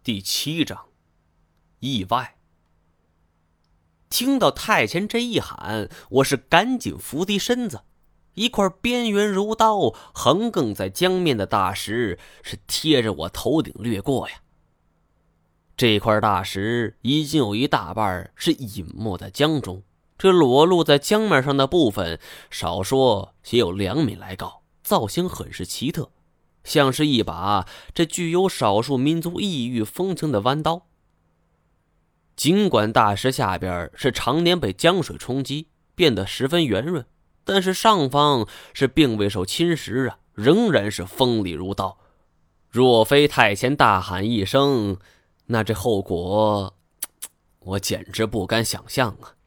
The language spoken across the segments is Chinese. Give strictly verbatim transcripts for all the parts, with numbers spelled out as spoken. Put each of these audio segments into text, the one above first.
第七章，意外。听到太前这一喊，我是赶紧伏低身子，一块边缘如刀横亘在江面的大石是贴着我头顶掠过呀。这块大石已经有一大半是隐没在江中，这裸露在江面上的部分少说也有两米来高，造型很是奇特，像是一把这具有少数民族异域风情的弯刀。尽管大石下边是常年被江水冲击，变得十分圆润，但是上方是并未受侵蚀啊，仍然是锋利如刀。若非太前大喊一声，那这后果我简直不敢想象啊！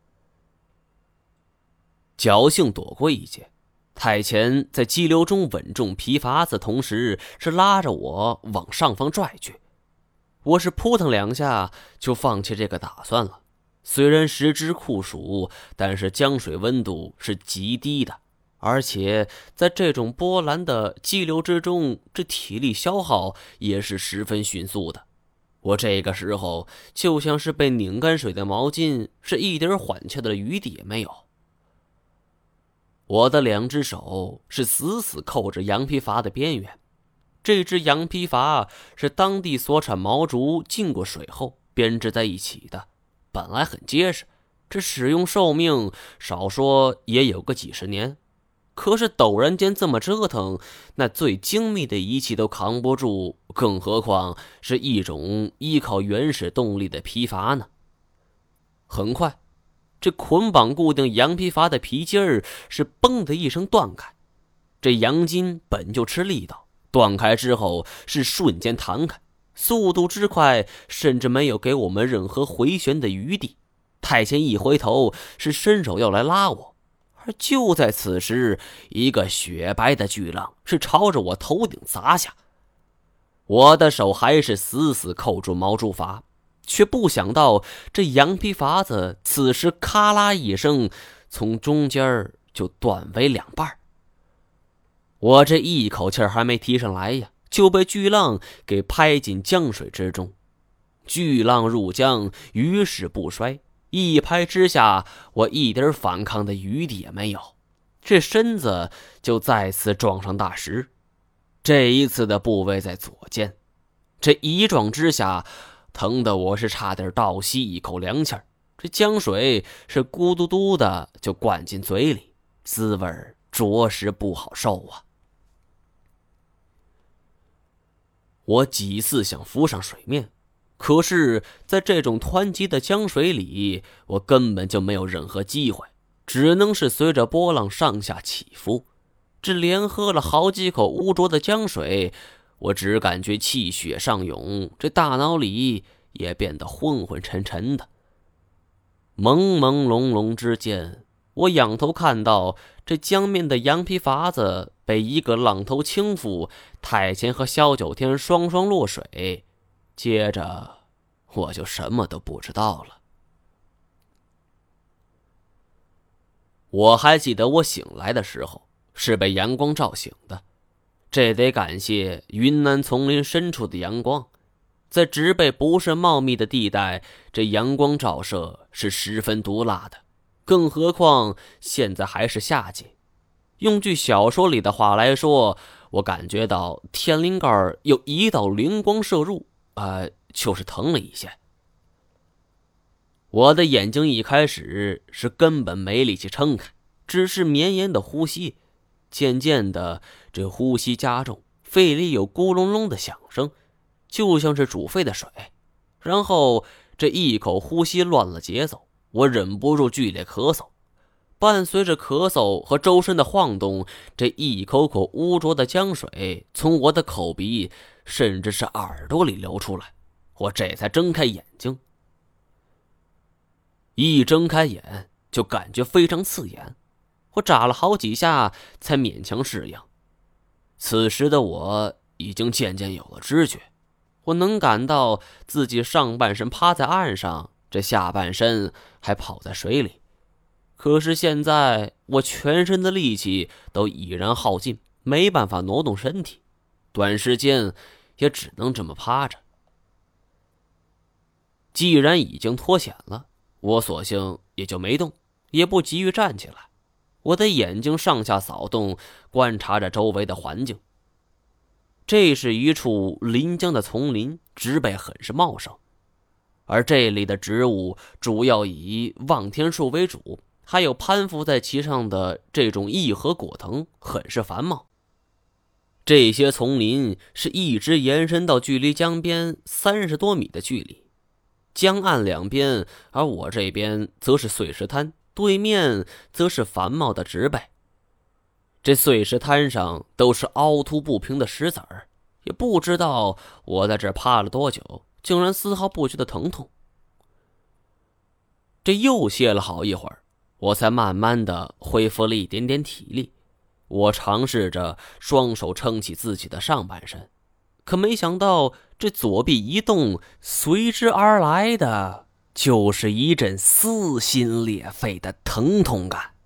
侥幸躲过一劫，太前在激流中稳重皮筏子，同时是拉着我往上方拽去。我是扑腾两下就放弃这个打算了。虽然时值酷暑，但是江水温度是极低的，而且在这种波澜的激流之中，这体力消耗也是十分迅速的。我这个时候就像是被拧干水的毛巾，是一点缓气的余地也没有。我的两只手是死死扣着羊皮筏的边缘，这只羊皮筏是当地所产毛竹浸过水后编织在一起的，本来很结实，这使用寿命少说也有个几十年。可是陡然间这么折腾，那最精密的仪器都扛不住，更何况是一种依靠原始动力的皮筏呢？很快，这捆绑固定羊皮筏的皮筋儿是嘣的一声断开。这羊筋本就吃力道，断开之后是瞬间弹开，速度之快，甚至没有给我们任何回旋的余地。太前一回头是伸手要来拉我，而就在此时，一个雪白的巨浪是朝着我头顶砸下。我的手还是死死扣住毛竹筏，却不想到这羊皮筏子此时咔啦一声从中间就断为两半。我这一口气还没提上来呀，就被巨浪给拍进江水之中。巨浪入江，鱼势不衰，一拍之下，我一点反抗的余地也没有，这身子就再次撞上大石。这一次的部位在左肩，这一撞之下，疼得我是差点倒吸一口凉气儿。这江水是咕嘟嘟的就灌进嘴里，滋味着实不好受啊。我几次想浮上水面，可是在这种湍急的江水里，我根本就没有任何机会，只能是随着波浪上下起伏。这连喝了好几口污浊的江水，我只感觉气血上涌，这大脑里也变得昏昏沉沉的。朦朦胧胧之间，我仰头看到这江面的羊皮筏子被一个浪头倾覆，太前和萧九天双双落水，接着我就什么都不知道了。我还记得我醒来的时候是被阳光照醒的，这得感谢云南丛林深处的阳光。在植被不是茂密的地带，这阳光照射是十分毒辣的，更何况现在还是夏季。用句小说里的话来说，我感觉到天灵盖有一道灵光射入，呃，就是疼了一些。我的眼睛一开始是根本没力气撑开，只是绵延的呼吸，渐渐的这呼吸加重，肺里有咕隆隆的响声，就像是煮沸的水。然后这一口呼吸乱了节奏，我忍不住剧烈咳嗽，伴随着咳嗽和周身的晃动，这一口口污浊的江水从我的口鼻甚至是耳朵里流出来。我这才睁开眼睛，一睁开眼就感觉非常刺眼，我眨了好几下才勉强适应。此时的我已经渐渐有了知觉，我能感到自己上半身趴在岸上，这下半身还泡在水里。可是现在我全身的力气都已然耗尽，没办法挪动身体，短时间也只能这么趴着。 既然已经脱险了，我索性也就没动，也不急于站起来。我的眼睛上下扫动，观察着周围的环境。这是一处临江的丛林，植被很是茂盛，而这里的植物主要以望天树为主，还有攀附在其上的这种异合果藤很是繁茂。这些丛林是一直延伸到距离江边三十多米的距离，江岸两边，而我这边则是碎石滩，对面则是繁茂的植被。这碎石滩上都是凹凸不平的石子儿，也不知道我在这趴了多久，竟然丝毫不觉得疼痛。这又歇了好一会儿，我才慢慢的恢复了一点点体力。我尝试着双手撑起自己的上半身，可没想到这左臂一动，随之而来的就是一阵撕心裂肺的疼痛感。